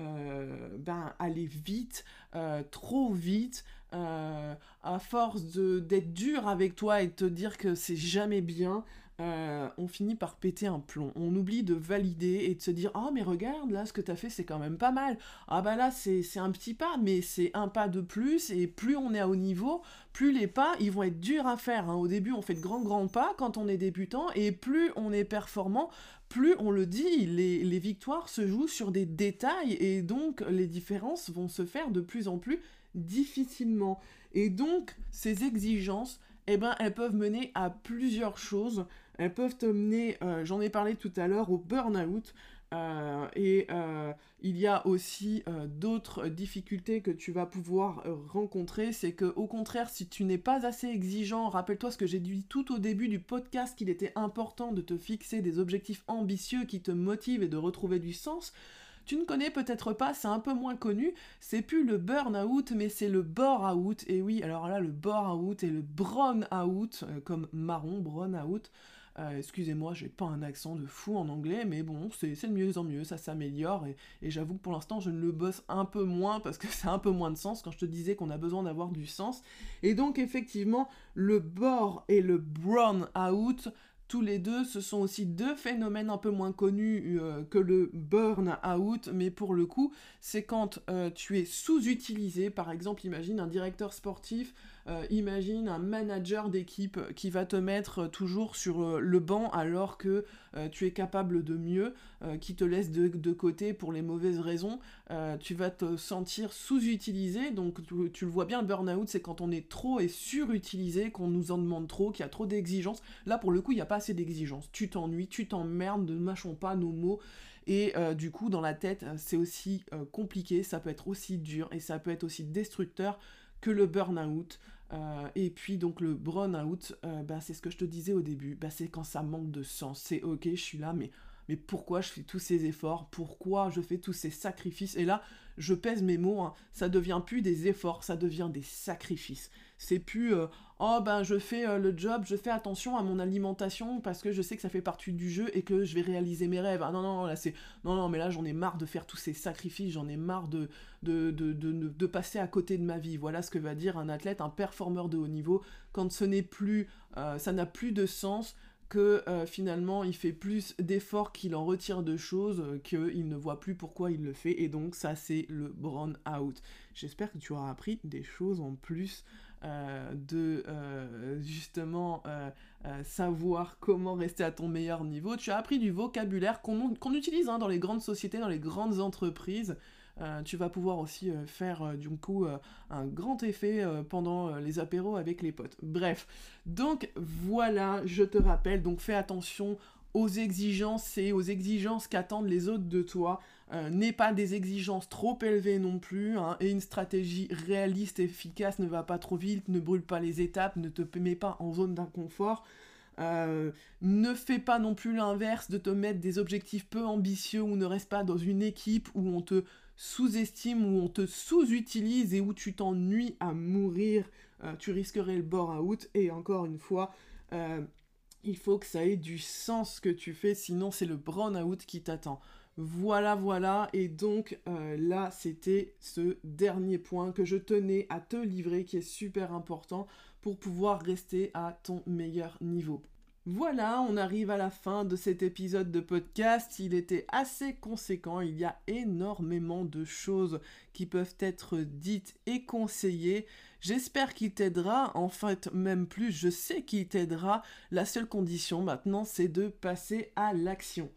A: euh, ben, aller vite, euh, trop vite, euh, à force de, d'être dur avec toi et de te dire que c'est jamais bien. Euh, on finit par péter un plomb. On oublie de valider et de se dire « Ah, oh, mais regarde, là, ce que t'as fait, c'est quand même pas mal. Ah bah là, c'est, c'est un petit pas, mais c'est un pas de plus. Et plus on est à haut niveau, plus les pas, ils vont être durs à faire. Hein. Au début, on fait de grands, grands pas quand on est débutant. Et plus on est performant, plus on le dit, les, les victoires se jouent sur des détails. Et donc, les différences vont se faire de plus en plus difficilement. Et donc, ces exigences, eh ben, elles peuvent mener à plusieurs choses. Elles peuvent te mener, euh, j'en ai parlé tout à l'heure, au burn-out. Euh, et euh, il y a aussi euh, d'autres difficultés que tu vas pouvoir euh, rencontrer. C'est que, au contraire, si tu n'es pas assez exigeant, rappelle-toi ce que j'ai dit tout au début du podcast, qu'il était important de te fixer des objectifs ambitieux qui te motivent et de retrouver du sens. Tu ne connais peut-être pas, c'est un peu moins connu, c'est plus le burn-out, mais c'est le bore-out. Et oui, alors là, le bore-out et le brown-out, euh, comme marron, brown-out. Euh, excusez-moi, j'ai pas un accent de fou en anglais, mais bon, c'est, c'est de mieux en mieux, ça s'améliore, et, et j'avoue que pour l'instant, je ne le bosse un peu moins, parce que c'est un peu moins de sens, quand je te disais qu'on a besoin d'avoir du sens. Et donc, effectivement, le bore et le brown-out, tous les deux, ce sont aussi deux phénomènes un peu moins connus euh, que le burn-out, mais pour le coup, c'est quand euh, tu es sous-utilisé. Par exemple, imagine un directeur sportif, euh, imagine un manager d'équipe qui va te mettre toujours sur euh, le banc alors que euh, tu es capable de mieux, euh, qui te laisse de, de côté pour les mauvaises raisons. Euh, tu vas te sentir sous-utilisé, donc tu, tu le vois bien, le burn-out, c'est quand on est trop et surutilisé, qu'on nous en demande trop, qu'il y a trop d'exigences. Là, pour le coup, il n'y a pas assez d'exigences. Tu t'ennuies, tu t'emmerdes, ne mâchons pas nos mots. Et euh, du coup, dans la tête, c'est aussi euh, compliqué, ça peut être aussi dur et ça peut être aussi destructeur que le burn-out. Euh, et puis donc le burn-out, euh, bah, c'est ce que je te disais au début, bah, c'est quand ça manque de sens. C'est ok, je suis là, mais, mais pourquoi je fais tous ces efforts? Pourquoi je fais tous ces sacrifices? Et là, je pèse mes mots, hein, ça devient plus des efforts, ça devient des sacrifices. C'est plus euh, oh ben je fais euh, le job, je fais attention à mon alimentation parce que je sais que ça fait partie du jeu et que je vais réaliser mes rêves. Ah non non là c'est non non mais là j'en ai marre de faire tous ces sacrifices, j'en ai marre de de, de, de, de, de passer à côté de ma vie. Voilà ce que va dire un athlète, un performeur de haut niveau quand ce n'est plus euh, ça n'a plus de sens, que euh, finalement il fait plus d'efforts qu'il en retire de choses, euh, qu'il ne voit plus pourquoi il le fait, et donc ça c'est le burn-out. J'espère que tu auras appris des choses en plus euh, de euh, justement euh, euh, savoir comment rester à ton meilleur niveau. Tu as appris du vocabulaire qu'on, qu'on utilise hein, dans les grandes sociétés, dans les grandes entreprises. Euh, tu vas pouvoir aussi euh, faire euh, du coup euh, un grand effet euh, pendant euh, les apéros avec les potes. Bref, donc voilà, je te rappelle, donc fais attention aux exigences et aux exigences qu'attendent les autres de toi. Euh, n'aie pas des exigences trop élevées non plus, hein, et une stratégie réaliste et efficace, ne va pas trop vite, ne brûle pas les étapes, ne te mets pas en zone d'inconfort. Euh, ne fais pas non plus l'inverse de te mettre des objectifs peu ambitieux, ou ne reste pas dans une équipe où on te sous-estime, où on te sous-utilise et où tu t'ennuies à mourir. Euh, tu risquerais le burn-out. Et encore une fois, euh, il faut que ça ait du sens ce que tu fais, sinon c'est le burn-out qui t'attend. Voilà, voilà, et donc euh, là, c'était ce dernier point que je tenais à te livrer, qui est super important pour pouvoir rester à ton meilleur niveau. Voilà, on arrive à la fin de cet épisode de podcast. Il était assez conséquent, il y a énormément de choses qui peuvent être dites et conseillées. J'espère qu'il t'aidera, en fait même plus, je sais qu'il t'aidera. La seule condition maintenant, c'est de passer à l'action.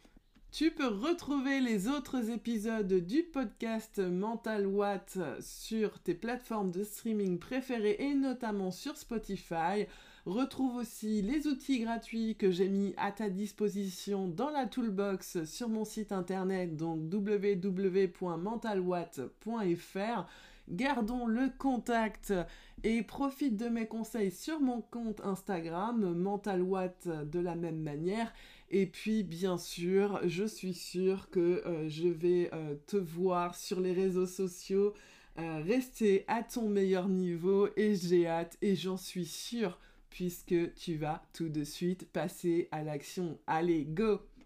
A: Tu peux retrouver les autres épisodes du podcast Mental Watt sur tes plateformes de streaming préférées et notamment sur Spotify. Retrouve aussi les outils gratuits que j'ai mis à ta disposition dans la toolbox sur mon site internet, donc w w w point mental watt point f r. Gardons le contact et profite de mes conseils sur mon compte Instagram, MentalWatt de la même manière. Et puis, bien sûr, je suis sûre que euh, je vais euh, te voir sur les réseaux sociaux, euh, rester à ton meilleur niveau et j'ai hâte et j'en suis sûre puisque tu vas tout de suite passer à l'action. Allez, go!